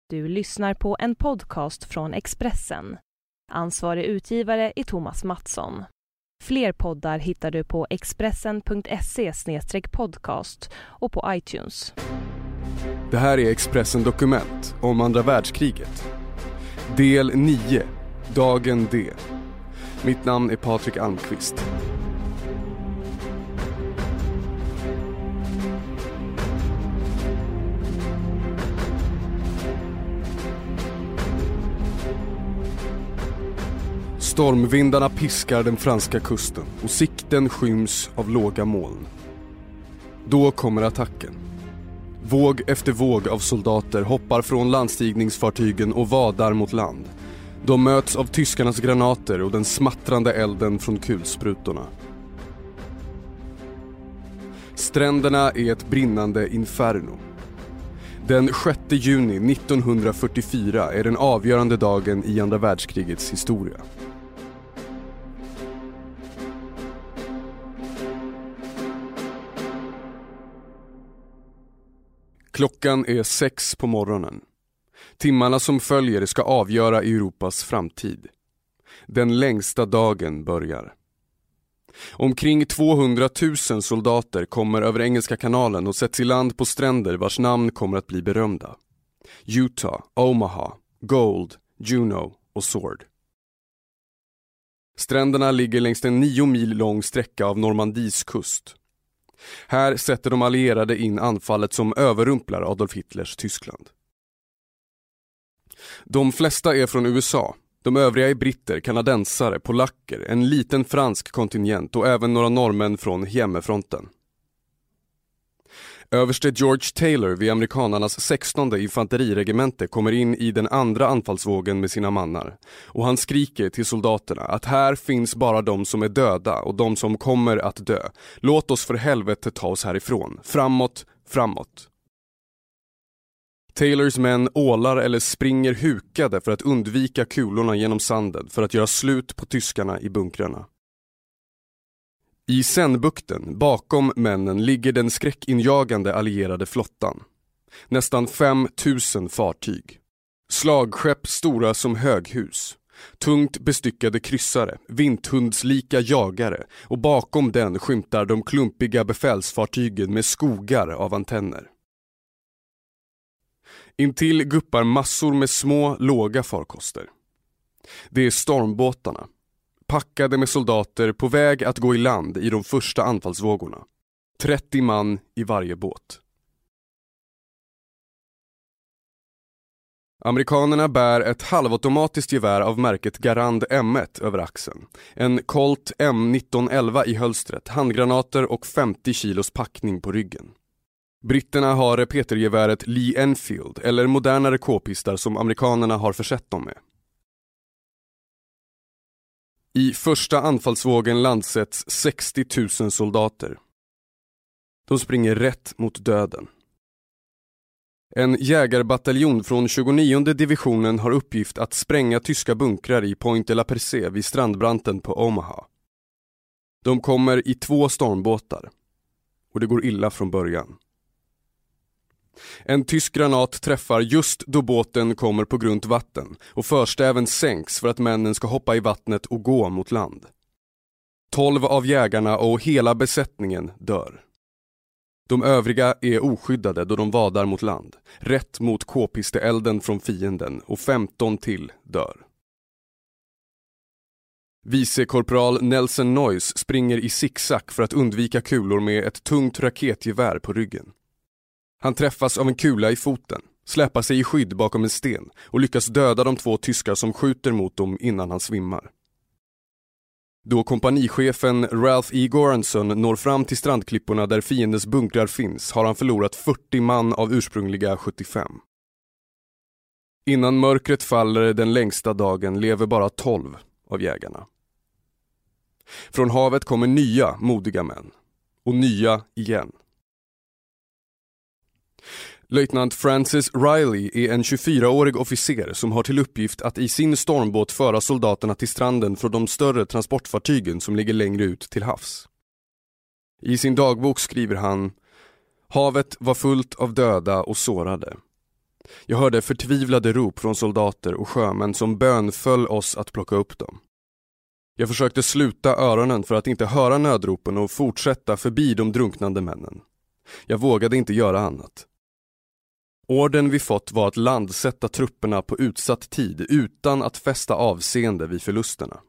Du lyssnar på en podcast från Expressen. Ansvarig utgivare är Thomas Mattsson. Fler poddar hittar du på expressen.se/podcast och på iTunes. Det här är Expressen Dokument om andra världskriget. Del 9, dagen D. Mitt namn är Patrik Almqvist. Stormvindarna piskar den franska kusten och sikten skyms av låga moln. Då kommer attacken. Våg efter våg av soldater hoppar från landstigningsfartygen och vadar mot land. De möts av tyskarnas granater och den smattrande elden från kulsprutorna. Stränderna är ett brinnande inferno. Den 6 juni 1944 är den avgörande dagen i andra världskrigets historia. Klockan är 6 på morgonen. Timmarna som följer ska avgöra Europas framtid. Den längsta dagen börjar. Omkring 200 000 soldater kommer över Engelska kanalen och sätts i land på stränder vars namn kommer att bli berömda. Utah, Omaha, Gold, Juno och Sword. Stränderna ligger längs en 9 mil lång sträcka av Normandies kust. Här sätter de allierade in anfallet som överrumplar Adolf Hitlers Tyskland. De flesta är från USA. De övriga är britter, kanadensare, polacker, en liten fransk kontingent och även några norrmän från hemmafronten. Överste George Taylor vid amerikanernas 16:e infanteriregemente kommer in i den andra anfallsvågen med sina mannar. Och han skriker till soldaterna att här finns bara de som är döda och de som kommer att dö. Låt oss för helvete ta oss härifrån. Framåt, framåt. Taylors män ålar eller springer hukade för att undvika kulorna genom sanden för att göra slut på tyskarna i bunkrarna. I Sennbukten, bakom männen, ligger den skräckinjagande allierade flottan. Nästan 5 000 fartyg. Slagskepp stora som höghus. Tungt bestyckade kryssare, vinthundslika jagare och bakom den skymtar de klumpiga befälsfartygen med skogar av antenner. Intill guppar massor med små, låga farkoster. Det är stormbåtarna. Packade med soldater på väg att gå i land i de första anfallsvågorna. 30 man i varje båt. Amerikanerna bär ett halvautomatiskt gevär av märket Garand M1 över axeln. En Colt M1911 i hölstret, handgranater och 50 kilos packning på ryggen. Britterna har repetergeväret Lee Enfield eller modernare k-pistar som amerikanerna har försett dem med. I första anfallsvågen landsätts 60 000 soldater. De springer rätt mot döden. En jägarbataljon från 29:e divisionen har uppgift att spränga tyska bunkrar i Pointe la Percée vid strandbranten på Omaha. De kommer i 2 stormbåtar och det går illa från början. En tysk granat träffar just då båten kommer på grunt vatten och förstäven sänks för att männen ska hoppa i vattnet och gå mot land. 12 av jägarna och hela besättningen dör. De övriga är oskyddade då de vadar mot land, rätt mot k-pisteelden från fienden och 15 till dör. Vicekorporal Nelson Noyes springer i zigzag för att undvika kulor med ett tungt raketgevär på ryggen. Han träffas av en kula i foten, släpar sig i skydd bakom en sten och lyckas döda de 2 tyskar som skjuter mot dem innan han svimmar. Då kompanichefen Ralph E. Goranson når fram till strandklipporna där fiendens bunkrar finns har han förlorat 40 man av ursprungliga 75. Innan mörkret faller den längsta dagen lever bara 12 av jägarna. Från havet kommer nya modiga män. Och nya igen. Löjtnant Francis Riley är en 24-årig officer som har till uppgift att i sin stormbåt föra soldaterna till stranden från de större transportfartygen som ligger längre ut till havs. I sin dagbok skriver han: Havet var fullt av döda och sårade. Jag hörde förtvivlade rop från soldater och sjömän som bönföll oss att plocka upp dem. Jag försökte sluta öronen för att inte höra nödropen och fortsätta förbi de drunknande männen. Jag vågade inte göra annat. Orden vi fått var att landsätta trupperna på utsatt tid utan att fästa avseende vid förlusterna.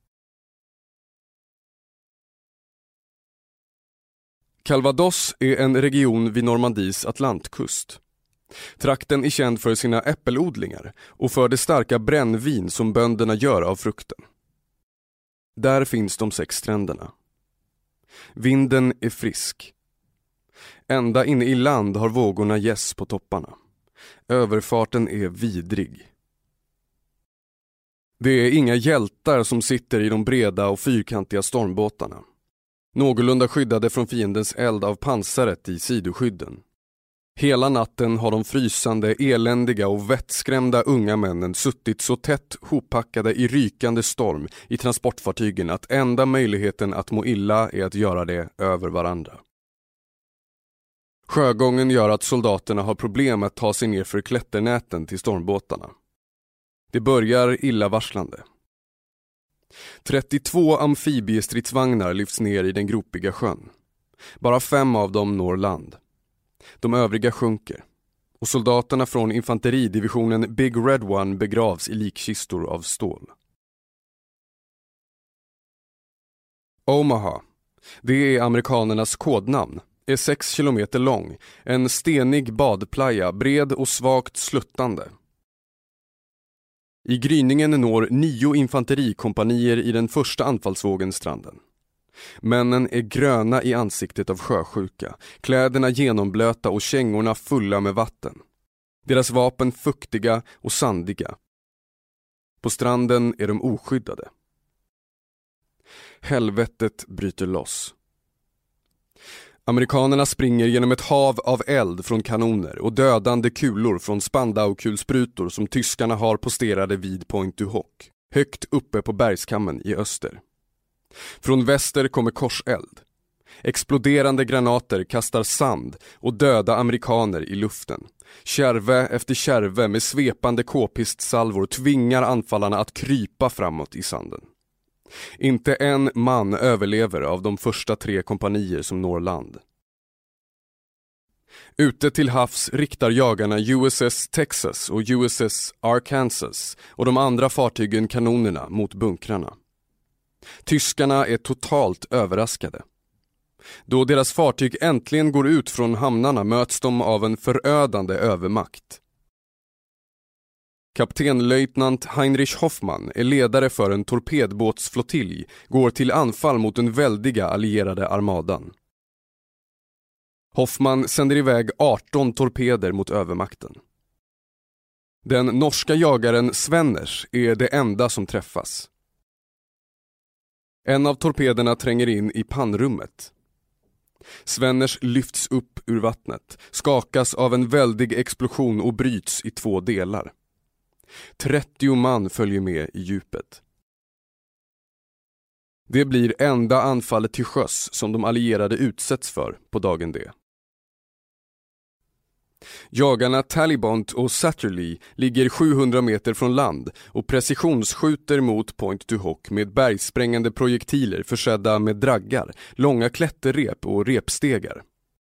Calvados är en region vid Normandies atlantkust. Trakten är känd för sina äppelodlingar och för det starka brännvin som bönderna gör av frukten. Där finns de 6 stränderna. Vinden är frisk. Ända inne i land har vågorna gäss på topparna. Överfarten är vidrig. Det är inga hjältar som sitter i de breda och fyrkantiga stormbåtarna. Någorlunda skyddade från fiendens eld av pansaret i sidoskydden. Hela natten har de frysande, eländiga och vettskrämda unga männen suttit så tätt hoppackade i rykande storm i transportfartygen att enda möjligheten att må illa är att göra det över varandra. Sjögången gör att soldaterna har problem att ta sig ner för klätternäten till stormbåtarna. Det börjar illavarslande. 32 amfibiestridsvagnar lyfts ner i den gropiga sjön. Bara 5 av dem når land. De övriga sjunker. Och soldaterna från infanteridivisionen Big Red One begravs i likkistor av stål. Omaha, det är amerikanernas kodnamn, är 6 kilometer lång, en stenig badplaya, bred och svagt sluttande. I gryningen når 9 infanterikompanier i den första anfallsvågen stranden. Männen är gröna i ansiktet av sjösjuka, kläderna genomblöta och kängorna fulla med vatten. Deras vapen fuktiga och sandiga. På stranden är de oskyddade. Helvetet bryter loss. Amerikanerna springer genom ett hav av eld från kanoner och dödande kulor från Spandau-kulsprutor som tyskarna har posterade vid Point du Hoc, högt uppe på bergskammen i öster. Från väster kommer korseld. Exploderande granater kastar sand och döda amerikaner i luften. Kärve efter kärve med svepande k-pistsalvor tvingar anfallarna att krypa framåt i sanden. Inte en man överlever av de första 3 kompanier som når land. Ute till havs riktar jagarna USS Texas och USS Arkansas och de andra fartygen kanonerna mot bunkrarna. Tyskarna är totalt överraskade. Då deras fartyg äntligen går ut från hamnarna möts de av en förödande övermakt. Kaptenlöjtnant Heinrich Hoffmann är ledare för en torpedbåtsflottilj, går till anfall mot den väldiga allierade armadan. Hoffmann sänder iväg 18 torpeder mot övermakten. Den norska jagaren Svenners är det enda som träffas. En av torpederna tränger in i pannrummet. Svenners lyfts upp ur vattnet, skakas av en väldig explosion och bryts i 2 delar. 30 man följer med i djupet. Det blir enda anfallet till sjöss som de allierade utsätts för på dagen D. Jagarna Talibont och Satterley ligger 700 meter från land och precisionsskjuter mot Point du Hoc med bergsprängande projektiler försedda med draggar, långa klätterrep och repstegar.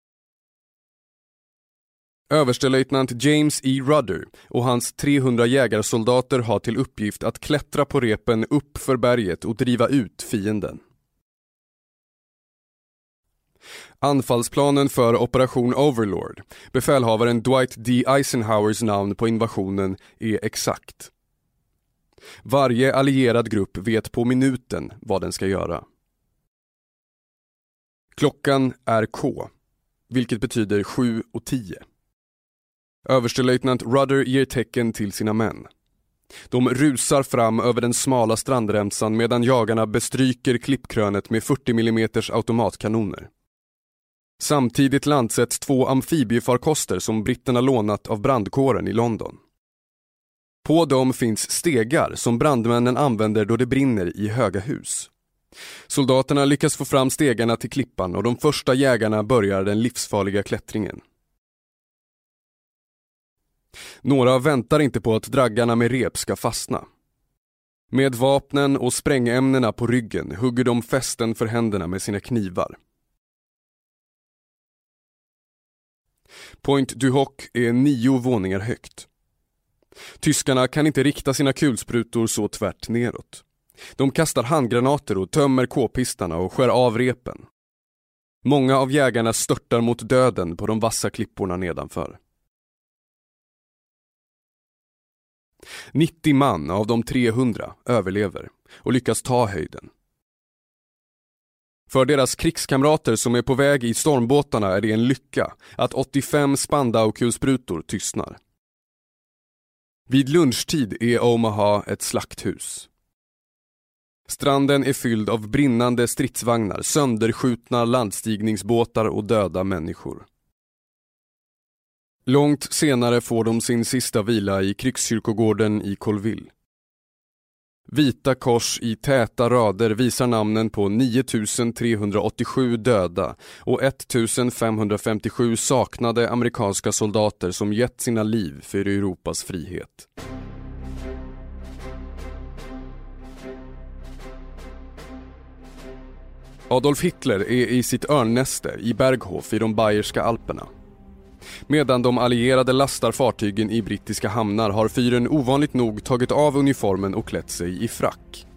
Överstelöjtnant James E. Rudder och hans 300 jägarsoldater har till uppgift att klättra på repen upp för berget och driva ut fienden. Anfallsplanen för Operation Overlord, befälhavaren Dwight D. Eisenhowers namn på invasionen, är exakt. Varje allierad grupp vet på minuten vad den ska göra. Klockan är K, vilket betyder 7:10. Överstelöjtnant Rudder ger tecken till sina män. De rusar fram över den smala strandremsan medan jagarna bestryker klippkrönet med 40 mm automatkanoner. Samtidigt landsätts 2 amfibiefarkoster som britterna lånat av brandkåren i London. På dem finns stegar som brandmännen använder då det brinner i höga hus. Soldaterna lyckas få fram stegarna till klippan och de första jägarna börjar den livsfarliga klättringen. Några väntar inte på att draggarna med rep ska fastna. Med vapnen och sprängämnena på ryggen hugger de fästen för händerna med sina knivar. Point du Hoc är 9 våningar högt. Tyskarna kan inte rikta sina kulsprutor så tvärt neråt. De kastar handgranater och tömmer k-pistarna och skär av repen. Många av jägarna störtar mot döden på de vassa klipporna nedanför. 90 man av de 300 överlever och lyckas ta höjden. För deras krigskamrater som är på väg i stormbåtarna är det en lycka att 85 Spandau-kulsprutor tystnar. Vid lunchtid är Omaha ett slakthus. Stranden är fylld av brinnande stridsvagnar, sönderskjutna landstigningsbåtar och döda människor. Långt senare får de sin sista vila i krigskyrkogården i Colville. Vita kors i täta rader visar namnen på 9387 döda och 1557 saknade amerikanska soldater som gett sina liv för Europas frihet. Adolf Hitler är i sitt örnnäste i Berghof i de bayerska alperna. Medan de allierade lastar fartygen i brittiska hamnar har fyren ovanligt nog tagit av uniformen och klätt sig i frack.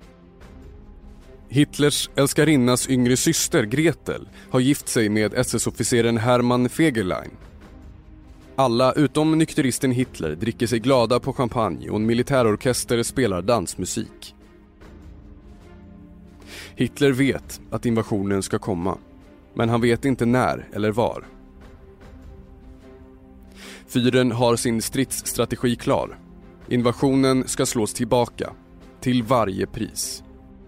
Hitlers älskarinnas yngre syster Gretel har gift sig med SS-officeren Hermann Fegerlein. Alla utom nykteristen Hitler dricker sig glada på champagne och en militärorkester spelar dansmusik. Hitler vet att invasionen ska komma, men han vet inte när eller var. Fyren har sin stridsstrategi klar. Invasionen ska slås tillbaka, till varje pris.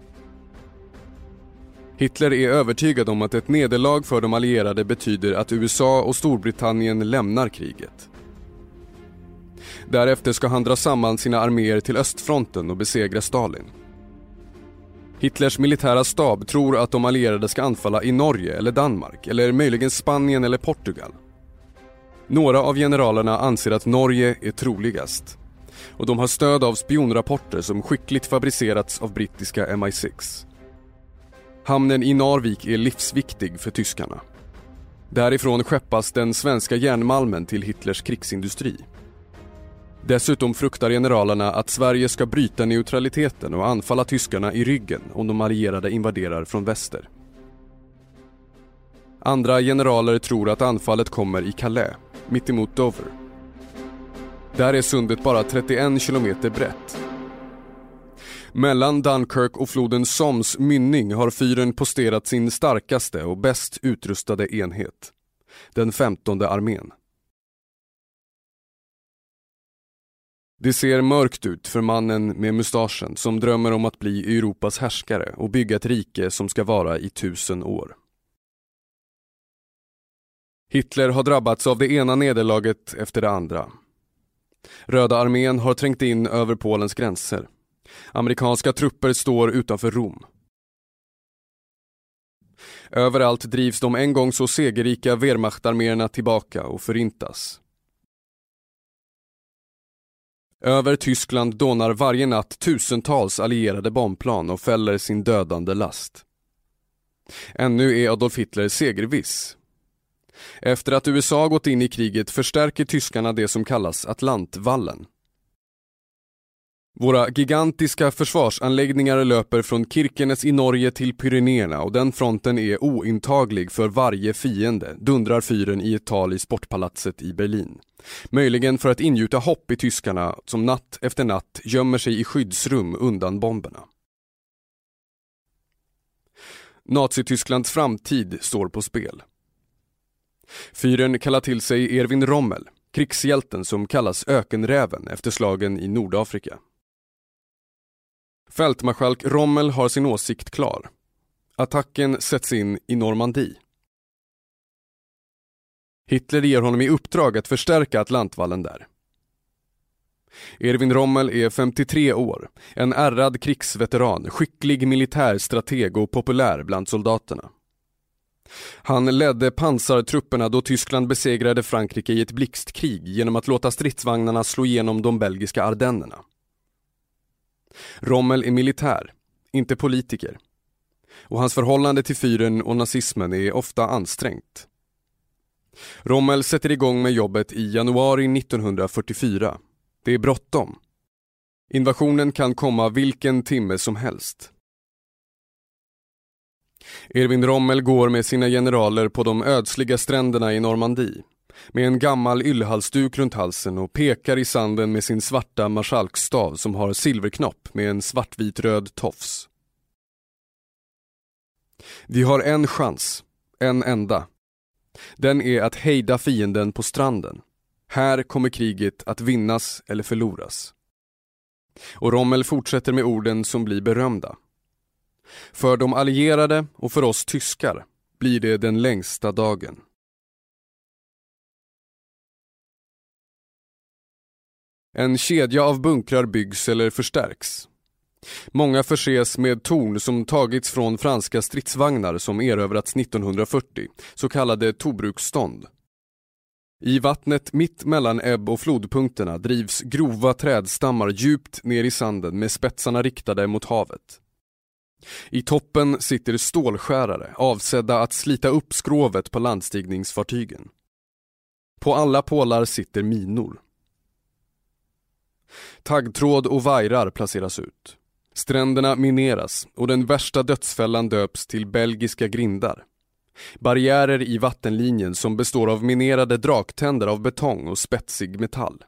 Hitler är övertygad om att ett nederlag för de allierade betyder att USA och Storbritannien lämnar kriget. Därefter ska han dra samman sina arméer till östfronten och besegra Stalin. Hitlers militära stab tror att de allierade ska anfalla i Norge eller Danmark eller möjligen Spanien eller Portugal. Några av generalerna anser att Norge är troligast och de har stöd av spionrapporter som skickligt fabricerats av brittiska MI6. Hamnen i Narvik är livsviktig för tyskarna. Därifrån skeppas den svenska järnmalmen till Hitlers krigsindustri. Dessutom fruktar generalerna att Sverige ska bryta neutraliteten och anfalla tyskarna i ryggen om de allierade invaderar från väster. Andra generaler tror att anfallet kommer i Calais, mittemot Dover. Där är sundet bara 31 kilometer brett. Mellan Dunkirk och floden Soms mynning har fyren posterat sin starkaste och bäst utrustade enhet, den 15:e armén. Det ser mörkt ut för mannen med mustaschen som drömmer om att bli Europas härskare och bygga ett rike som ska vara i 1000 år. Hitler har drabbats av det ena nederlaget efter det andra. Röda armén har trängt in över Polens gränser. Amerikanska trupper står utanför Rom. Överallt drivs de en gång så segerrika Wehrmachtarméerna tillbaka och förintas. Över Tyskland dånar varje natt tusentals allierade bombplan och fäller sin dödande last. Ännu är Adolf Hitler segerviss. Efter att USA gått in i kriget förstärker tyskarna det som kallas Atlantvallen. Våra gigantiska försvarsanläggningar löper från Kirkenes i Norge till Pyrenéerna och den fronten är ointaglig för varje fiende, dundrar fyren i ett tal i Sportpalatset i Berlin. Möjligen för att ingjuta hopp i tyskarna som natt efter natt gömmer sig i skyddsrum undan bomberna. Nazitysklands framtid står på spel. Fyren kallar till sig Erwin Rommel, krigshjälten som kallas ökenräven efter slagen i Nordafrika. Fältmarskalk Rommel har sin åsikt klar. Attacken sätts in i Normandie. Hitler ger honom i uppdrag att förstärka Atlantvallen där. Erwin Rommel är 53 år, en ärrad krigsveteran, skicklig militärstrateg och populär bland soldaterna. Han ledde pansartrupperna då Tyskland besegrade Frankrike i ett blixtkrig genom att låta stridsvagnarna slå igenom de belgiska Ardennerna. Rommel är militär, inte politiker. Och hans förhållande till Führern och nazismen är ofta ansträngt. Rommel sätter igång med jobbet i januari 1944. Det är bråttom. Invasionen kan komma vilken timme som helst. Erwin Rommel går med sina generaler på de ödsliga stränderna i Normandie med en gammal yllhalsduk runt halsen och pekar i sanden med sin svarta marskalkstav som har silverknopp med en svartvit röd tofs. Vi har en chans, en enda. Den är att hejda fienden på stranden. Här kommer kriget att vinnas eller förloras. Och Rommel fortsätter med orden som blir berömda. För de allierade och för oss tyskar blir det den längsta dagen. En kedja av bunkrar byggs eller förstärks. Många förses med torn som tagits från franska stridsvagnar som erövrats 1940, så kallade Tobruksstånd. I vattnet mitt mellan ebb- och flodpunkterna drivs grova trädstammar djupt ner i sanden med spetsarna riktade mot havet. I toppen sitter stålskärare avsedda att slita upp skrovet på landstigningsfartygen. På alla pålar sitter minor. Taggtråd och vajrar placeras ut. Stränderna mineras och den värsta dödsfällan döps till belgiska grindar. Barriärer i vattenlinjen som består av minerade draktänder av betong och spetsig metall.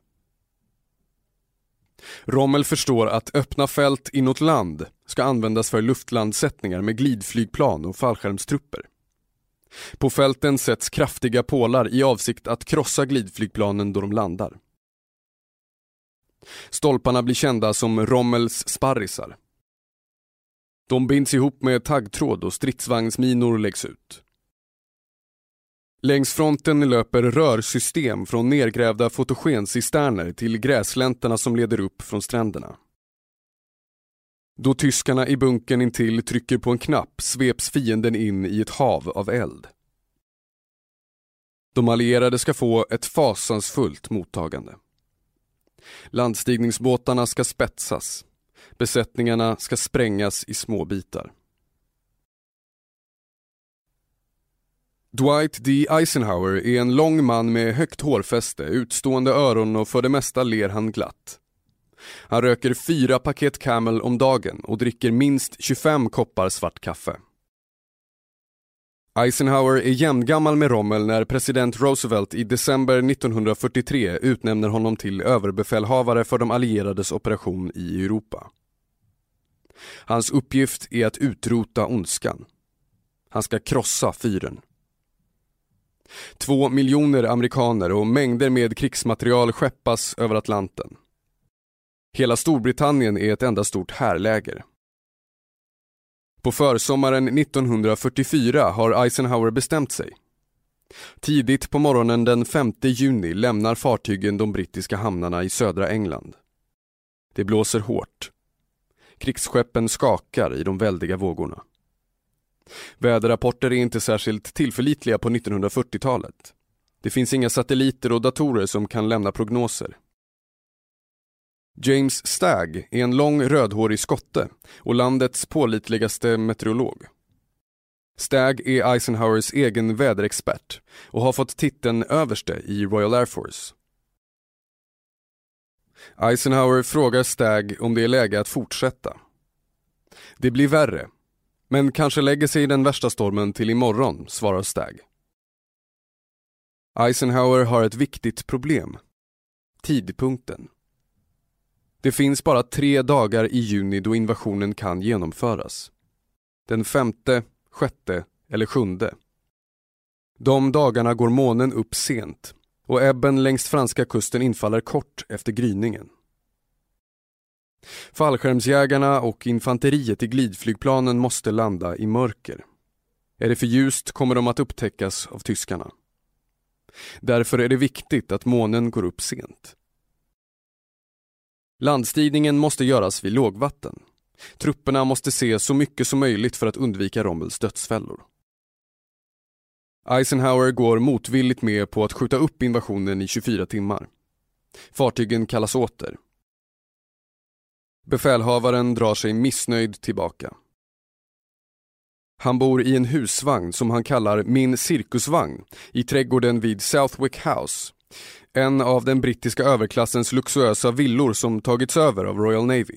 Rommel förstår att öppna fält inåt land ska användas för luftlandsättningar med glidflygplan och fallskärmstrupper. På fälten sätts kraftiga pålar i avsikt att krossa glidflygplanen då de landar. Stolparna blir kända som Rommels sparrisar. De binds ihop med taggtråd och stridsvagnsminor läggs ut. Längs fronten löper rörsystem från nergrävda fotogencisterner till gräslänterna som leder upp från stränderna. Då tyskarna i bunkern intill trycker på en knapp sveps fienden in i ett hav av eld. De allierade ska få ett fasansfullt mottagande. Landstigningsbåtarna ska spetsas. Besättningarna ska sprängas i små bitar. Dwight D. Eisenhower är en lång man med högt hårfäste, utstående öron och för det mesta ler han glatt. Han röker 4 paket Camel om dagen och dricker minst 25 koppar svart kaffe. Eisenhower är jämngammal med Rommel när president Roosevelt i december 1943 utnämner honom till överbefälhavare för de allierades operation i Europa. Hans uppgift är att utrota ondskan. Han ska krossa Führern. 2 miljoner amerikaner och mängder med krigsmaterial skeppas över Atlanten. Hela Storbritannien är ett enda stort härläger. På försommaren 1944 har Eisenhower bestämt sig. Tidigt på morgonen den 5 juni lämnar fartygen de brittiska hamnarna i södra England. Det blåser hårt. Krigsskeppen skakar i de väldiga vågorna. Väderrapporter är inte särskilt tillförlitliga på 1940-talet. Det finns inga satelliter och datorer som kan lämna prognoser. James Stagg är en lång rödhårig skotte och landets pålitligaste meteorolog. Stagg är Eisenhowers egen väderexpert och har fått titeln överste i Royal Air Force. Eisenhower frågar Stagg om det är läge att fortsätta. Det blir värre, men kanske lägger sig den värsta stormen till imorgon, svarar Stagg. Eisenhower har ett viktigt problem. Tidpunkten. Det finns bara 3 dagar i juni då invasionen kan genomföras. Den 5:e, 6:e eller 7:e. De dagarna går månen upp sent och ebben längs franska kusten infaller kort efter gryningen. Fallskärmsjägarna och infanteriet i glidflygplanen måste landa i mörker. Är det för ljust kommer de att upptäckas av tyskarna. Därför är det viktigt att månen går upp sent. Landstigningen måste göras vid lågvatten. Trupperna måste se så mycket som möjligt för att undvika Rommels dödsfällor. Eisenhower går motvilligt med på att skjuta upp invasionen i 24 timmar. Fartygen kallas åter. Befälhavaren drar sig missnöjd tillbaka. Han bor i en husvagn som han kallar min cirkusvagn i trädgården vid Southwick House, en av den brittiska överklassens luxuösa villor som tagits över av Royal Navy.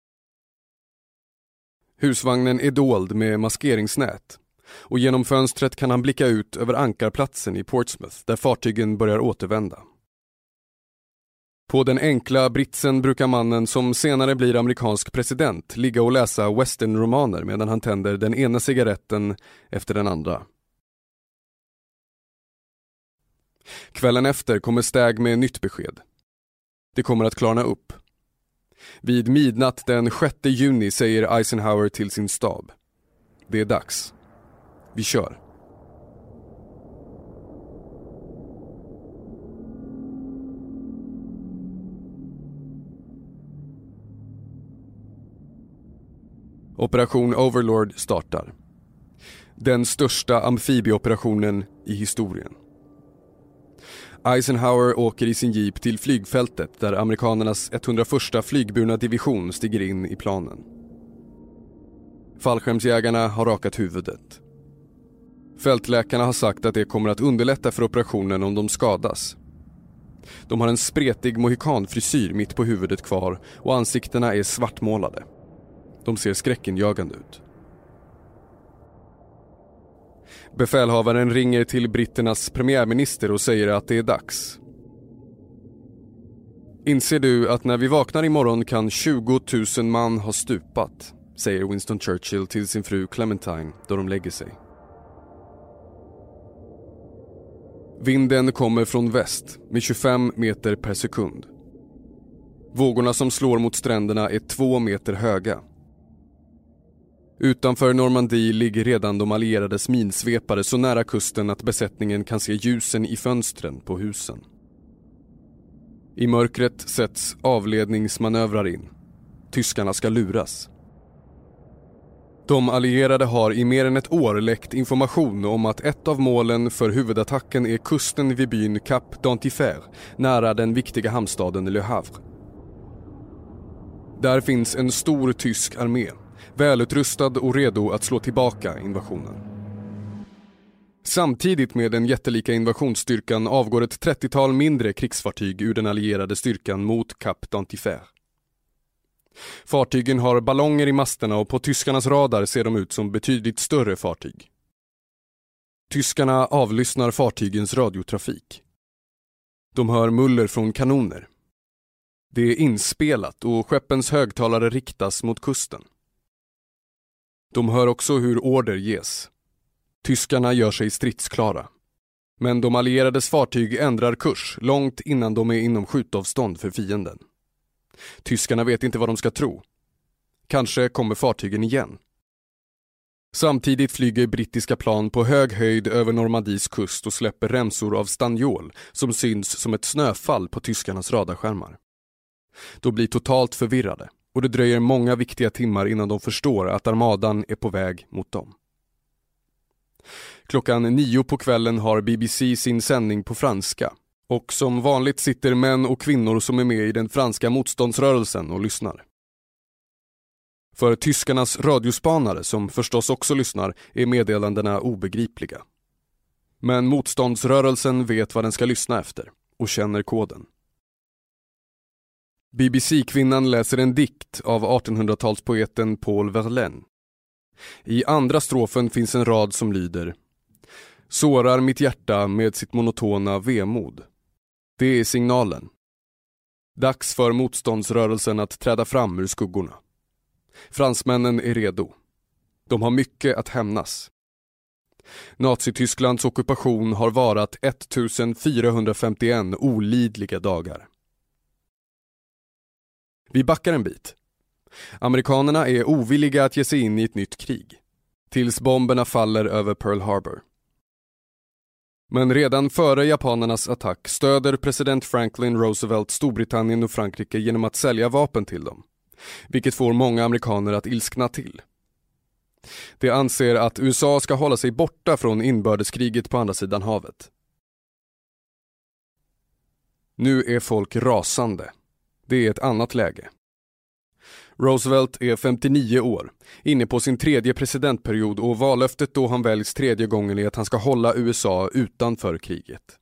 Husvagnen är dold med maskeringsnät och genom fönstret kan han blicka ut över ankarplatsen i Portsmouth där fartygen börjar återvända. På den enkla britsen brukar mannen som senare blir amerikansk president ligga och läsa westernromaner medan han tänder den ena cigaretten efter den andra. Kvällen efter kommer Stagg med nytt besked. Det kommer att klarna upp. Vid midnatt den 6 juni säger Eisenhower till sin stab: det är dags. Vi kör. Operation Overlord startar. Den största amfibieoperationen i historien. Eisenhower åker i sin jeep till flygfältet där amerikanernas 101:a flygburna division stiger in i planen. Fallskärmsjägarna har rakat huvudet. Fältläkarna har sagt att det kommer att underlätta för operationen om de skadas. De har en spretig mohikanfrisyr mitt på huvudet kvar och ansiktena är svartmålade. De ser skräckinjagande ut. Befälhavaren ringer till britternas premiärminister och säger att det är dags. Inser du att när vi vaknar imorgon kan 20 000 man ha stupat, säger Winston Churchill till sin fru Clementine då de lägger sig. Vinden kommer från väst med 25 meter per sekund. Vågorna som slår mot stränderna är 2 meter höga. Utanför Normandie ligger redan de allierades minsvepare så nära kusten att besättningen kan se ljusen i fönstren på husen. I mörkret sätts avledningsmanövrar in. Tyskarna ska luras. De allierade har i mer än ett år läckt information om att ett av målen för huvudattacken är kusten vid byn Cap d'Antifer, nära den viktiga hamnstaden Le Havre. Där finns en stor tysk armé, välutrustad och redo att slå tillbaka invasionen. Samtidigt med den jättelika invasionsstyrkan avgår ett 30-tal mindre krigsfartyg ur den allierade styrkan mot Cap d'Antifer. Fartygen har ballonger i masterna och på tyskarnas radar ser de ut som betydligt större fartyg. Tyskarna avlyssnar fartygens radiotrafik. De hör muller från kanoner. Det är inspelat och skeppens högtalare riktas mot kusten. De hör också hur order ges. Tyskarna gör sig stridsklara. Men de allierades fartyg ändrar kurs långt innan de är inom skjutavstånd för fienden. Tyskarna vet inte vad de ska tro. Kanske kommer fartygen igen. Samtidigt flyger brittiska plan på hög höjd över Normandies kust och släpper remsor av stanniol som syns som ett snöfall på tyskarnas radarskärmar. De blir totalt förvirrade och det dröjer många viktiga timmar innan de förstår att armadan är på väg mot dem. 9:00 på kvällen har BBC sin sändning på franska. Och som vanligt sitter män och kvinnor som är med i den franska motståndsrörelsen och lyssnar. För tyskarnas radiospanare, som förstås också lyssnar, är meddelandena obegripliga. Men motståndsrörelsen vet vad den ska lyssna efter och känner koden. BBC-kvinnan läser en dikt av 1800-talspoeten Paul Verlaine. I andra strofen finns en rad som lyder: sårar mitt hjärta med sitt monotona vemod. Det är signalen. Dags för motståndsrörelsen att träda fram ur skuggorna. Fransmännen är redo. De har mycket att hämnas. Nazitysklands ockupation har varat 1451 olidliga dagar. Vi backar en bit. Amerikanerna är ovilliga att ge sig in i ett nytt krig, tills bomberna faller över Pearl Harbor. Men redan före japanernas attack stöder president Franklin Roosevelt Storbritannien och Frankrike genom att sälja vapen till dem, vilket får många amerikaner att ilskna till. De anser att USA ska hålla sig borta från inbördeskriget på andra sidan havet. Nu är folk rasande. Det är ett annat läge. Roosevelt är 59 år, inne på sin 3:e presidentperiod, och vallöftet då han väljs 3:e gången är att han ska hålla USA utanför kriget.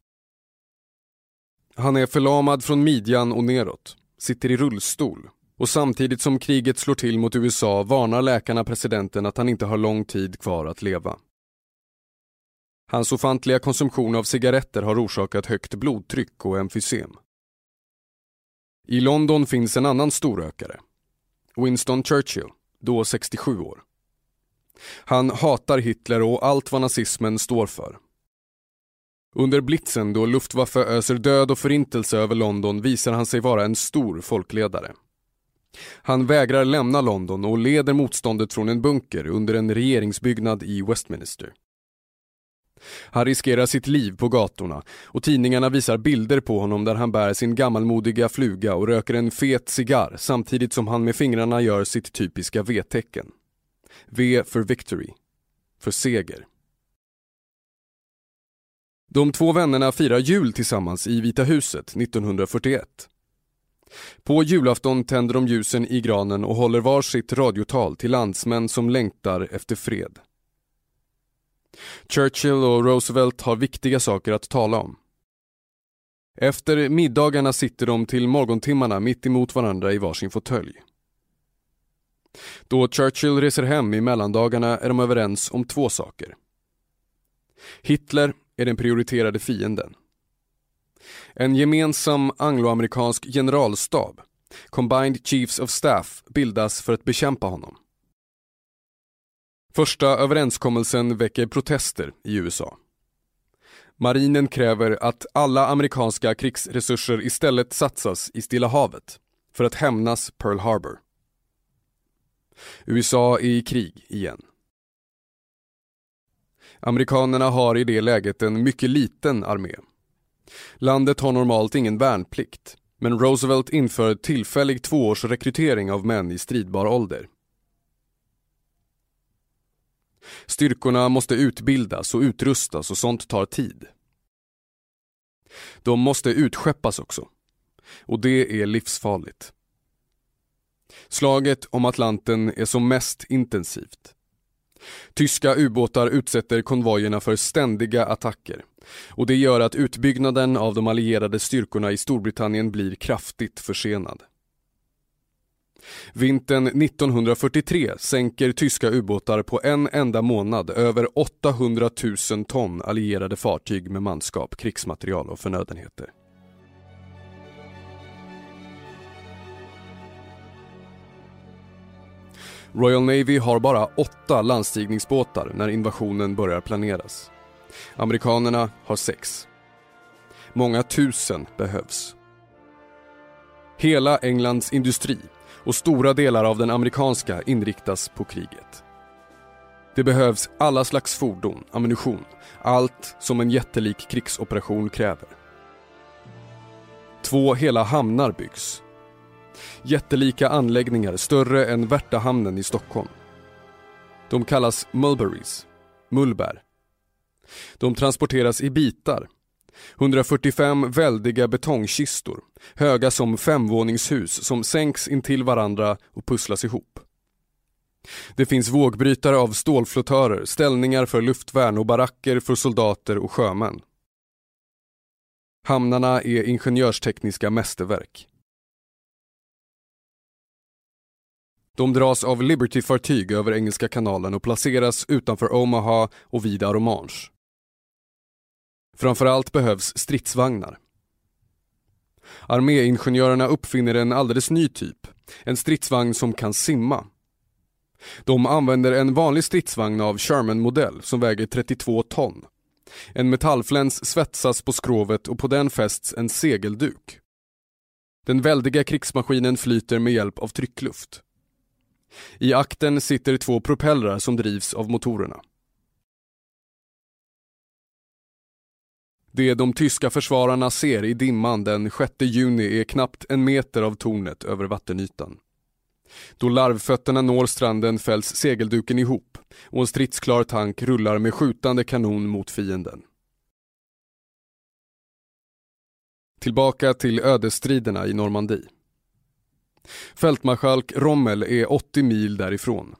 Han är förlamad från midjan och neråt, sitter i rullstol, och samtidigt som kriget slår till mot USA varnar läkarna presidenten att han inte har lång tid kvar att leva. Hans ofantliga konsumtion av cigaretter har orsakat högt blodtryck och emfysem. I London finns en annan storrökare, Winston Churchill, då 67 år. Han hatar Hitler och allt vad nazismen står för. Under blitzen, då Luftwaffe öser död och förintelse över London, visar han sig vara en stor folkledare. Han vägrar lämna London och leder motståndet från en bunker under en regeringsbyggnad i Westminster. Han riskerar sitt liv på gatorna, och tidningarna visar bilder på honom där han bär sin gammalmodiga fluga och röker en fet cigarr samtidigt som han med fingrarna gör sitt typiska V-tecken. V för victory, för seger. De två vännerna firar jul tillsammans i Vita huset 1941. På julafton tänder de ljusen i granen och håller var sitt radiotal till landsmän som längtar efter fred. Churchill och Roosevelt har viktiga saker att tala om. Efter middagarna sitter de till morgontimmarna mitt emot varandra i varsin fåtölj. Då Churchill reser hem i mellandagarna är de överens om 2 saker. Hitler är den prioriterade fienden. En gemensam angloamerikansk generalstab, Combined Chiefs of Staff, bildas för att bekämpa honom. Första överenskommelsen väcker protester i USA. Marinen kräver att alla amerikanska krigsresurser istället satsas i Stilla havet för att hämnas Pearl Harbor. USA är i krig igen. Amerikanerna har i det läget en mycket liten armé. Landet har normalt ingen värnplikt, men Roosevelt inför tillfällig 2-års rekrytering av män i stridbar ålder. Styrkorna måste utbildas och utrustas och sånt tar tid. De måste utskeppas också, och det är livsfarligt. Slaget om Atlanten är som mest intensivt. Tyska ubåtar utsätter konvojerna för ständiga attacker, och det gör att utbyggnaden av de allierade styrkorna i Storbritannien blir kraftigt försenad. Vintern 1943 sänker tyska ubåtar på en enda månad över 800 000 ton allierade fartyg med manskap, krigsmaterial och förnödenheter. Royal Navy har bara 8 landstigningsbåtar när invasionen börjar planeras. Amerikanerna har 6. Många tusen behövs. Hela Englands industri och stora delar av den amerikanska inriktas på kriget. Det behövs alla slags fordon, ammunition, allt som en jättelik krigsoperation kräver. 2 hela hamnar byggs. Jättelika anläggningar större än Värtahamnen i Stockholm. De kallas mulberries, mullbär. De transporteras i bitar. 145 väldiga betongkistor, höga som 5-våningshus som sänks intill varandra och pusslas ihop. Det finns vågbrytare av stålflottörer, ställningar för luftvärn och baracker för soldater och sjömän. Hamnarna är ingenjörstekniska mästerverk. De dras av Liberty-fartyg över Engelska kanalen och placeras utanför Omaha och vid Arromanche. Framförallt behövs stridsvagnar. Arméingenjörerna uppfinner en alldeles ny typ, en stridsvagn som kan simma. De använder en vanlig stridsvagn av Sherman-modell som väger 32 ton. En metallfläns svetsas på skrovet och på den fästs en segelduk. Den väldiga krigsmaskinen flyter med hjälp av tryckluft. I akten sitter 2 propellrar som drivs av motorerna. Det de tyska försvararna ser i dimman den 6 juni är knappt 1 meter av tornet över vattenytan. Då larvfötterna når stranden fälls segelduken ihop och en stridsklar tank rullar med skjutande kanon mot fienden. Tillbaka till ödesstriderna i Normandie. Fältmarskalk Rommel är 80 mil därifrån.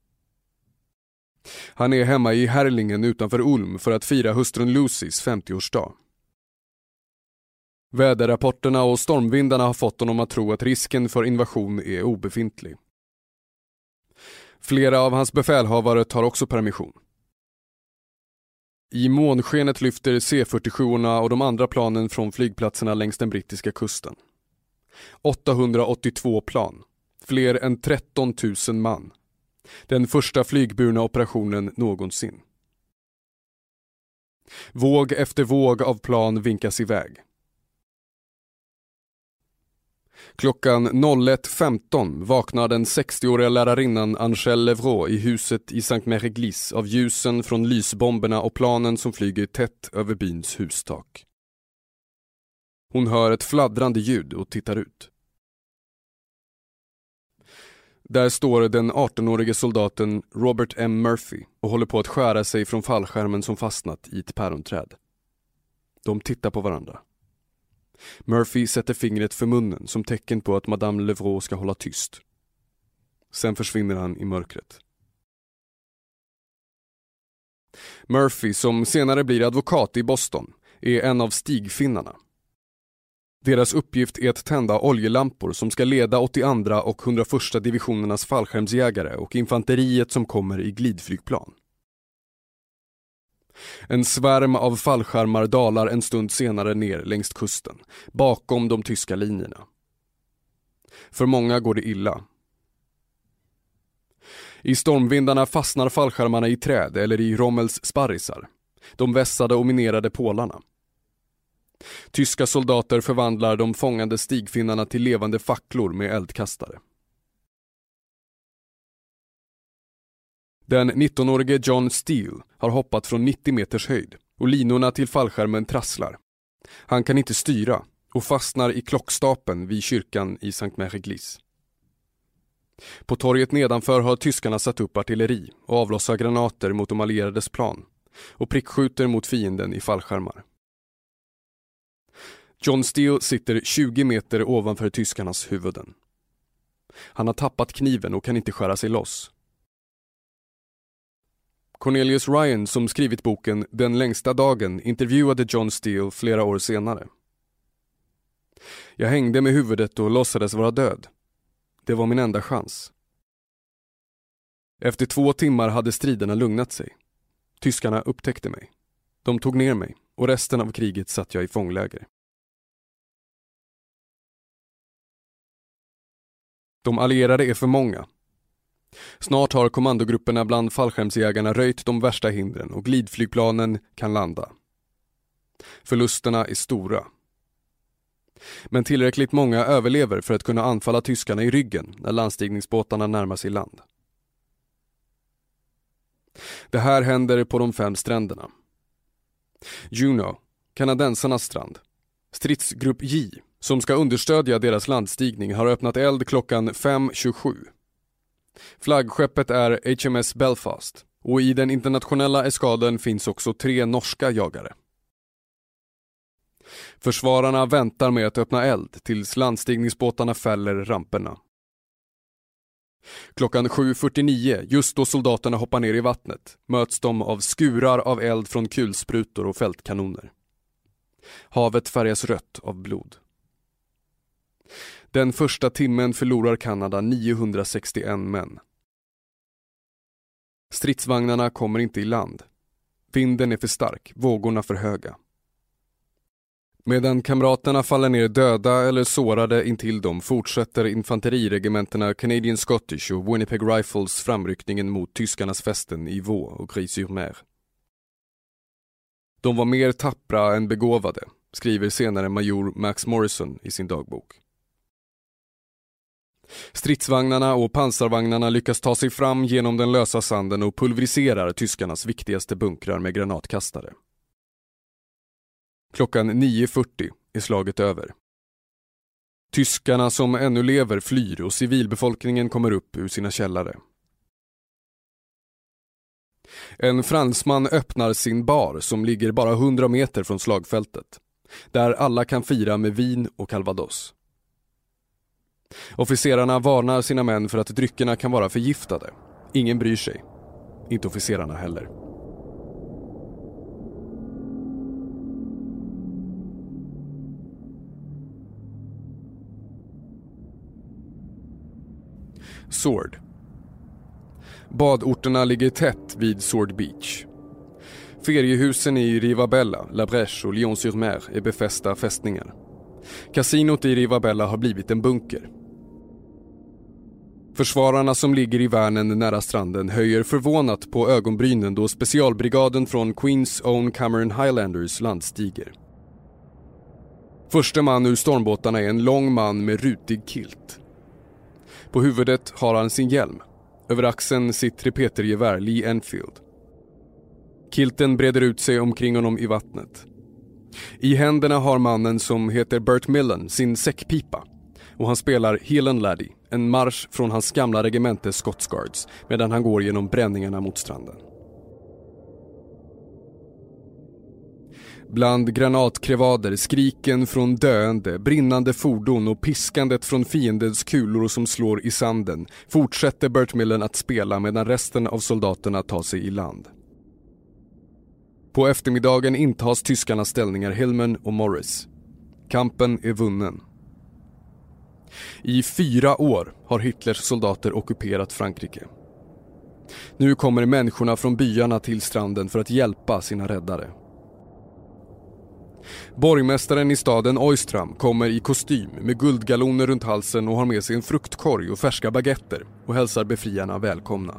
Han är hemma i Herrlingen utanför Ulm för att fira hustrun Lucys 50-årsdag. Väderrapporterna och stormvindarna har fått honom att tro att risken för invasion är obefintlig. Flera av hans befälhavare tar också permission. I månskenet lyfter C-47 och de andra planen från flygplatserna längs den brittiska kusten. 882 plan, fler än 13 000 man. Den första flygburna operationen någonsin. Våg efter våg av plan vinkas iväg. Klockan 01.15 vaknar den 60-åriga lärarinnan Angèle Levrault i huset i Sainte-Mère-Église av ljusen från lysbomberna och planen som flyger tätt över byns hustak. Hon hör ett fladdrande ljud och tittar ut. Där står den 18-årige soldaten Robert M. Murphy och håller på att skära sig från fallskärmen som fastnat i ett päronträd. De tittar på varandra. Murphy sätter fingret för munnen som tecken på att Madame Levrault ska hålla tyst. Sen försvinner han i mörkret. Murphy, som senare blir advokat i Boston, är en av stigfinnarna. Deras uppgift är att tända oljelampor som ska leda 82 och 101 divisionernas fallskärmsjägare och infanteriet som kommer i glidflygplan. En svärm av fallskärmar dalar en stund senare ner längs kusten, bakom de tyska linjerna. För många går det illa. I stormvindarna fastnar fallskärmarna i träd eller i Rommels sparrisar, de vässade och minerade pålarna. Tyska soldater förvandlar de fångande stigfinnarna till levande facklor med eldkastare. Den 19-årige John Steele har hoppat från 90 meters höjd och linorna till fallskärmen trasslar. Han kan inte styra och fastnar i klockstapeln vid kyrkan i Sainte-Mère-Église. På torget nedanför har tyskarna satt upp artilleri och avlossar granater mot de allierades plan och prickskjuter mot fienden i fallskärmar. John Steele sitter 20 meter ovanför tyskarnas huvuden. Han har tappat kniven och kan inte skära sig loss. Cornelius Ryan, som skrivit boken Den längsta dagen, intervjuade John Steele flera år senare. Jag hängde med huvudet och låtsades vara död. Det var min enda chans. Efter 2 timmar hade striderna lugnat sig. Tyskarna upptäckte mig. De tog ner mig och resten av kriget satt jag i fångläger. De allierade är för många. Snart har kommandogrupperna bland fallskärmsjägarna röjt de värsta hindren och glidflygplanen kan landa. Förlusterna är stora. Men tillräckligt många överlever för att kunna anfalla tyskarna i ryggen när landstigningsbåtarna närmar sig land. Det här händer på de 5 stränderna. Juno, kanadensarnas strand. Stridsgrupp J, som ska understödja deras landstigning, har öppnat eld klockan 5:27. Flaggskeppet är HMS Belfast och i den internationella eskaden finns också 3 norska jagare. Försvararna väntar med att öppna eld tills landstigningsbåtarna fäller ramperna. Klockan 7:49, just då soldaterna hoppar ner i vattnet, möts de av skurar av eld från kulsprutor och fältkanoner. Havet färgas rött av blod. Den första timmen förlorar Kanada 961 män. Stridsvagnarna kommer inte i land. Vinden är för stark, vågorna för höga. Medan kamraterna faller ner döda eller sårade intill dem fortsätter infanteriregementerna Canadian Scottish och Winnipeg Rifles framryckningen mot tyskarnas fästen i Vaux och Gris-sur-Mer. De var mer tappra än begåvade, skriver senare major Max Morrison i sin dagbok. Stridsvagnarna och pansarvagnarna lyckas ta sig fram genom den lösa sanden och pulveriserar tyskarnas viktigaste bunkrar med granatkastare. Klockan 9:40 är slaget över. Tyskarna som ännu lever flyr och civilbefolkningen kommer upp ur sina källare. En fransman öppnar sin bar som ligger bara 100 meter från slagfältet, där alla kan fira med vin och calvados. Officerarna varnar sina män för att dryckerna kan vara förgiftade. Ingen bryr sig. Inte officerarna heller. Sword. Badorterna ligger tätt vid Sword Beach. Feriehusen i Rivabella, La Brèche och Lyon-sur-Mer är befästa fästningar. Kasinot i Rivabella har blivit en bunker. Försvararna som ligger i värnen nära stranden höjer förvånat på ögonbrynen då specialbrigaden från Queens Own Cameron Highlanders landstiger. Första man ur stormbåtarna är en lång man med rutig kilt. På huvudet har han sin hjälm. Över axeln sitt repetergevär Lee Enfield. Kilten breder ut sig omkring honom i vattnet. I händerna har mannen som heter Bert Millen sin säckpipa och han spelar Helan Laddie, en marsch från hans gamla regemente Scots Guards medan han går genom bränningarna mot stranden. Bland granatkrevader, skriken från döende, brinnande fordon och piskandet från fiendens kulor som slår i sanden fortsätter Bert Millen att spela medan resten av soldaterna tar sig i land. På eftermiddagen intas tyskarnas ställningar Hillman och Morris. Kampen är vunnen. I 4 år har Hitlers soldater ockuperat Frankrike. Nu kommer människorna från byarna till stranden för att hjälpa sina räddare. Borgmästaren i staden Oistram kommer i kostym med guldgaloner runt halsen och har med sig en fruktkorg och färska baguetter och hälsar befriarna välkomna.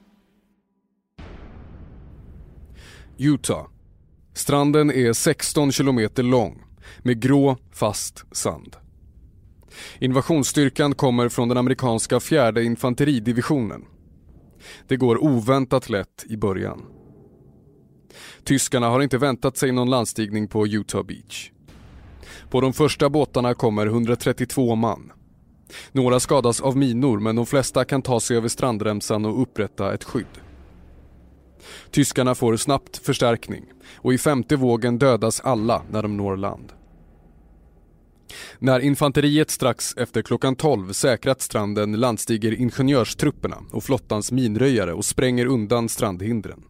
Utah. Stranden är 16 kilometer lång med grå, fast sand. Invasionsstyrkan kommer från den amerikanska 4:e infanteridivisionen. Det går oväntat lätt i början. Tyskarna har inte väntat sig någon landstigning på Utah Beach. På de första båtarna kommer 132 man. Några skadas av minor men de flesta kan ta sig över strandremsan och upprätta ett skydd. Tyskarna får snabbt förstärkning och i 5:e vågen dödas alla när de når land. När infanteriet strax efter klockan 12 säkrat stranden landstiger ingenjörstrupperna och flottans minröjare och spränger undan strandhindren.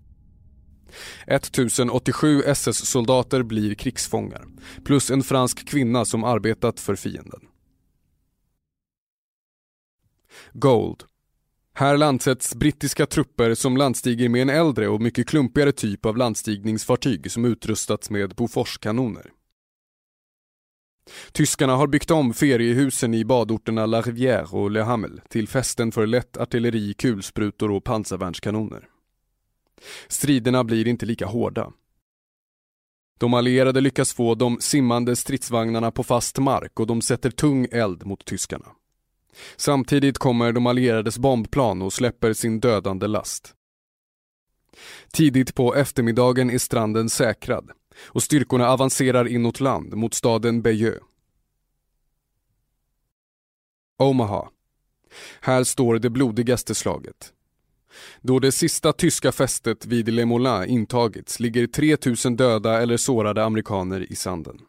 1087 SS-soldater blir krigsfångar, plus en fransk kvinna som arbetat för fienden. Gold. Här landsätts brittiska trupper som landstiger med en äldre och mycket klumpigare typ av landstigningsfartyg som utrustats med Bofors-kanoner. Tyskarna har byggt om feriehusen i badorterna La Rivière och Le Hamel till fästen för lätt artilleri, kulsprutor och pansarvärnskanoner. Striderna blir inte lika hårda. De allierade lyckas få de simmande stridsvagnarna på fast mark och de sätter tung eld mot tyskarna. Samtidigt kommer de allierades bombplan och släpper sin dödande last. Tidigt på eftermiddagen är stranden säkrad och styrkorna avancerar inåt land mot staden Bayeux. Omaha. Här står det blodigaste slaget. Då det sista tyska fästet vid Le Moulin intagits ligger 3000 döda eller sårade amerikaner i sanden.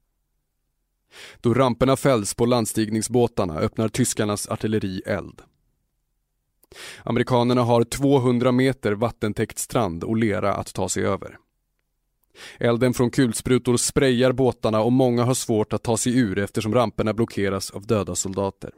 Då ramperna fälls på landstigningsbåtarna öppnar tyskarnas artilleri eld. Amerikanerna har 200 meter vattentäckt strand och lera att ta sig över. Elden från kulsprutor sprayar båtarna och många har svårt att ta sig ur eftersom ramperna blockeras av döda soldater.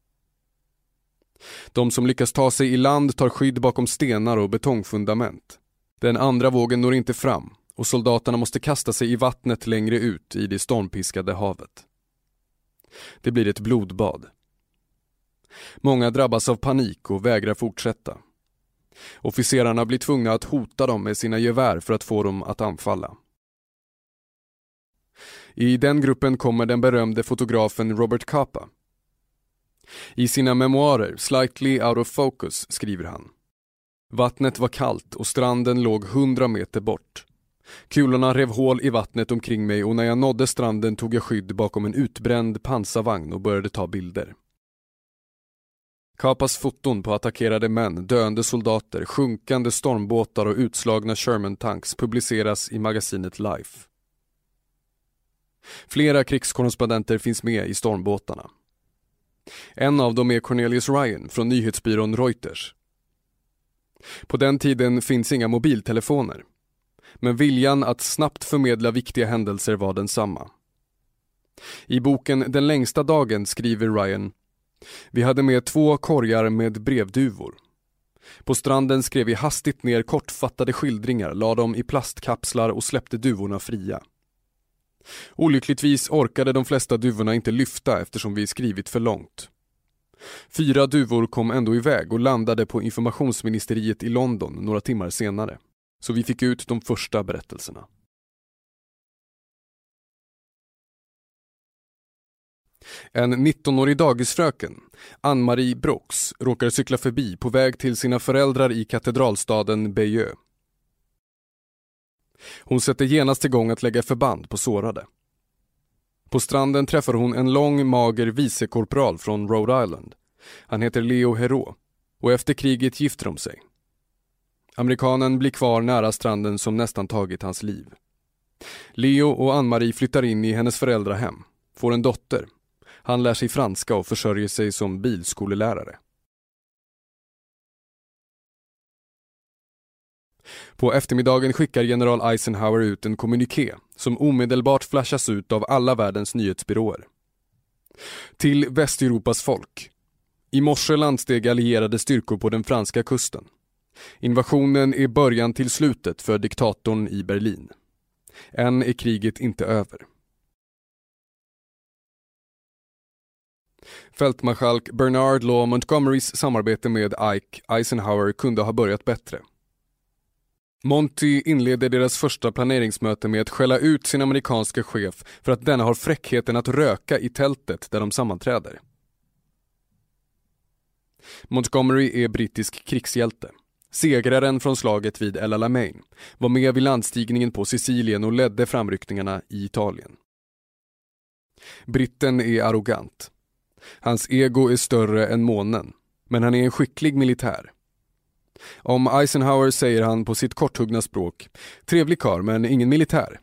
De som lyckas ta sig i land tar skydd bakom stenar och betongfundament. Den andra vågen når inte fram och soldaterna måste kasta sig i vattnet längre ut i det stormpiskade havet. Det blir ett blodbad. Många drabbas av panik och vägrar fortsätta. Officerarna blir tvungna att hota dem med sina gevär för att få dem att anfalla. I den gruppen kommer den berömde fotografen Robert Capa. I sina memoarer Slightly Out of Focus skriver han: Vattnet var kallt och stranden låg 100 meter bort. Kulorna rev hål i vattnet omkring mig och när jag nådde stranden tog jag skydd bakom en utbränd pansarvagn och började ta bilder. Kapas foton på attackerade män, döende soldater, sjunkande stormbåtar och utslagna Sherman-tanks publiceras i magasinet Life. Flera krigskorrespondenter finns med i stormbåtarna. En av dem är Cornelius Ryan från nyhetsbyrån Reuters. På den tiden finns inga mobiltelefoner, men viljan att snabbt förmedla viktiga händelser var densamma. I boken Den längsta dagen skriver Ryan: vi hade med 2 korgar med brevduvor. På stranden skrev vi hastigt ner kortfattade skildringar, la dem i plastkapslar och släppte duvorna fria. Olyckligtvis orkade de flesta duvorna inte lyfta eftersom vi skrivit för långt. 4 duvor kom ändå iväg och landade på informationsministeriet i London några timmar senare. Så vi fick ut de första berättelserna. En 19-årig dagisfröken, Anne-Marie Brooks, råkar cykla förbi på väg till sina föräldrar i katedralstaden Bayeux. Hon sätter genast igång att lägga förband på sårade. På stranden träffar hon en lång, mager vicekorporal från Rhode Island. Han heter Leo Hero och efter kriget gifter de sig. Amerikanen blir kvar nära stranden som nästan tagit hans liv. Leo och Anne-Marie flyttar in i hennes föräldrahem, får en dotter. Han lär sig franska och försörjer sig som bilskolelärare. På eftermiddagen skickar general Eisenhower ut en kommuniké som omedelbart flashas ut av alla världens nyhetsbyråer. Till Västeuropas folk. I morse landsteg allierade styrkor på den franska kusten. Invasionen är början till slutet för diktatorn i Berlin. Än är kriget inte över. Fältmarskalk Bernard Law Montgomerys samarbete med Ike Eisenhower kunde ha börjat bättre. Monty inleder deras första planeringsmöte med att skälla ut sin amerikanska chef för att denna har fräckheten att röka i tältet där de sammanträder. Montgomery är brittisk krigshjälte. Segraren från slaget vid El Alamein var med vid landstigningen på Sicilien och ledde framryckningarna i Italien. Britten är arrogant. Hans ego är större än månen, men han är en skicklig militär. Om Eisenhower säger han på sitt korthuggna språk: trevlig karl men ingen militär.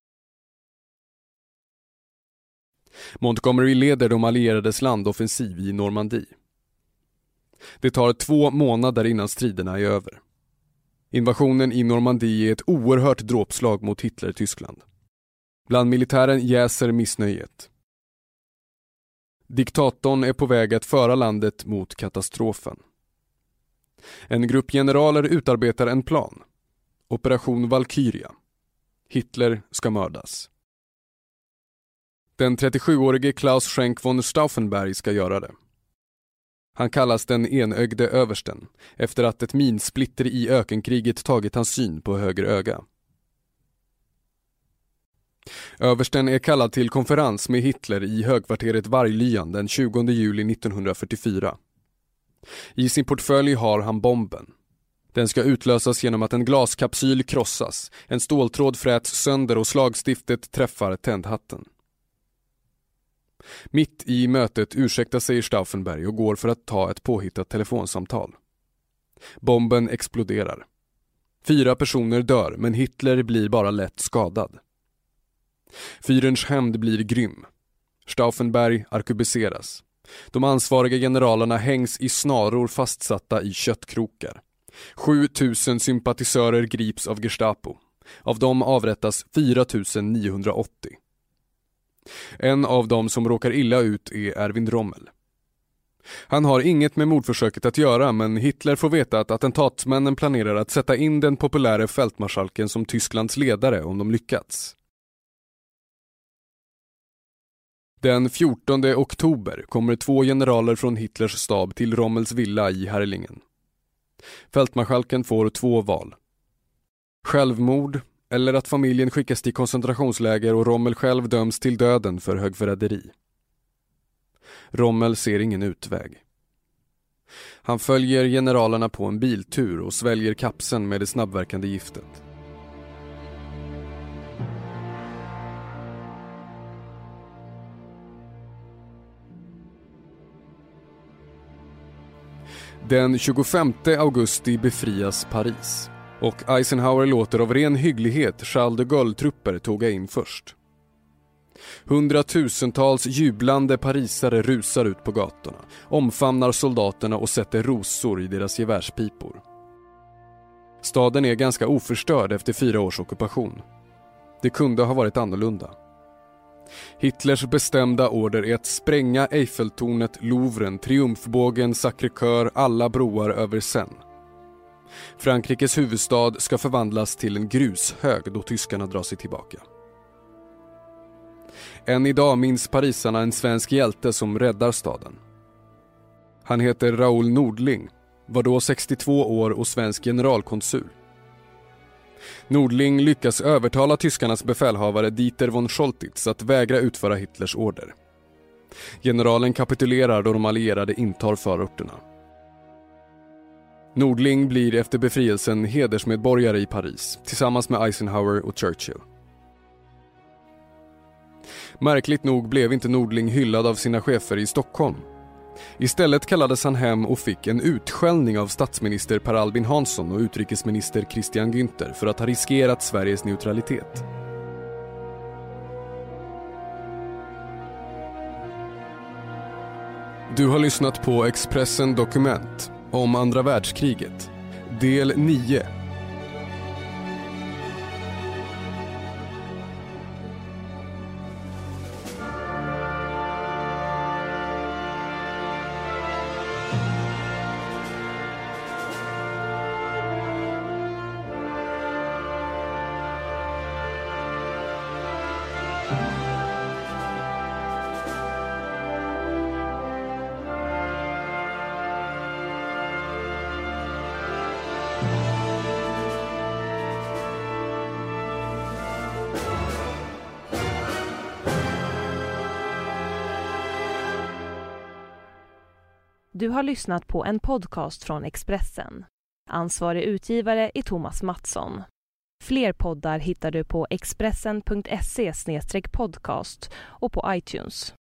Montgomery leder de allierades landoffensiv i Normandie. Det tar 2 månader innan striderna är över. Invasionen i Normandie är ett oerhört dråpslag mot Hitler-Tyskland. Bland militären jäser missnöjet. Diktatorn är på väg att föra landet mot katastrofen. En grupp generaler utarbetar en plan. Operation Valkyria. Hitler ska mördas. Den 37-årige Klaus Schenk von Stauffenberg ska göra det. Han kallas den enögde översten efter att ett minsplitter i ökenkriget tagit hans syn på höger öga. Översten är kallad till konferens med Hitler i högkvarteret Varglyan den 20 juli 1944. I sin portfölj har han bomben. Den ska utlösas genom att en glaskapsyl krossas, en ståltråd fräts sönder och slagstiftet träffar tändhatten. Mitt i mötet ursäktar sig Stauffenberg och går för att ta ett påhittat telefonsamtal. Bomben exploderar. 4 personer dör, men Hitler blir bara lätt skadad. Führerns hämnd blir grym. Stauffenberg arkebuseras. De ansvariga generalerna hängs i snaror fastsatta i köttkrokar. 7000 sympatisörer grips av Gestapo. Av dem avrättas 4980. En av dem som råkar illa ut är Erwin Rommel. Han har inget med mordförsöket att göra, men Hitler får veta att attentatsmännen planerar att sätta in den populära fältmarskalken som Tysklands ledare om de lyckats. Den 14 oktober kommer 2 generaler från Hitlers stab till Rommels villa i Herrlingen. Fältmarskalken får 2 val. Självmord eller att familjen skickas till koncentrationsläger och Rommel själv döms till döden för högförräderi. Rommel ser ingen utväg. Han följer generalerna på en biltur och sväljer kapseln med det snabbverkande giftet. Den 25 augusti befrias Paris och Eisenhower låter av ren hygglighet Charles de Gaulle-trupper tåga in först. 100,000-tals jublande parisare rusar ut på gatorna, omfamnar soldaterna och sätter rosor i deras gevärspipor. Staden är ganska oförstörd efter 4 års ockupation. Det kunde ha varit annorlunda. Hitlers bestämda order är att spränga Eiffeltornet, Louvren, Triumfbågen, Sacré-Cœur, alla broar över Seine. Frankrikes huvudstad ska förvandlas till en grushög då tyskarna drar sig tillbaka. Än idag minns parisarna en svensk hjälte som räddar staden. Han heter Raoul Nordling, var då 62 år och svensk generalkonsul. Nordling lyckas övertala tyskarnas befälhavare Dieter von Scholtitz att vägra utföra Hitlers order. Generalen kapitulerar då de allierade intar förorterna. Nordling blir efter befrielsen hedersmedborgare i Paris tillsammans med Eisenhower och Churchill. Märkligt nog blev inte Nordling hyllad av sina chefer i Stockholm. Istället kallades han hem och fick en utskällning av statsminister Per Albin Hansson och utrikesminister Christian Günther för att ha riskerat Sveriges neutralitet. Du har lyssnat på Expressen Dokument om andra världskriget, del 9. Du har lyssnat på en podcast från Expressen. Ansvarig utgivare är Thomas Mattsson. Fler poddar hittar du på expressen.se/podcast och på iTunes.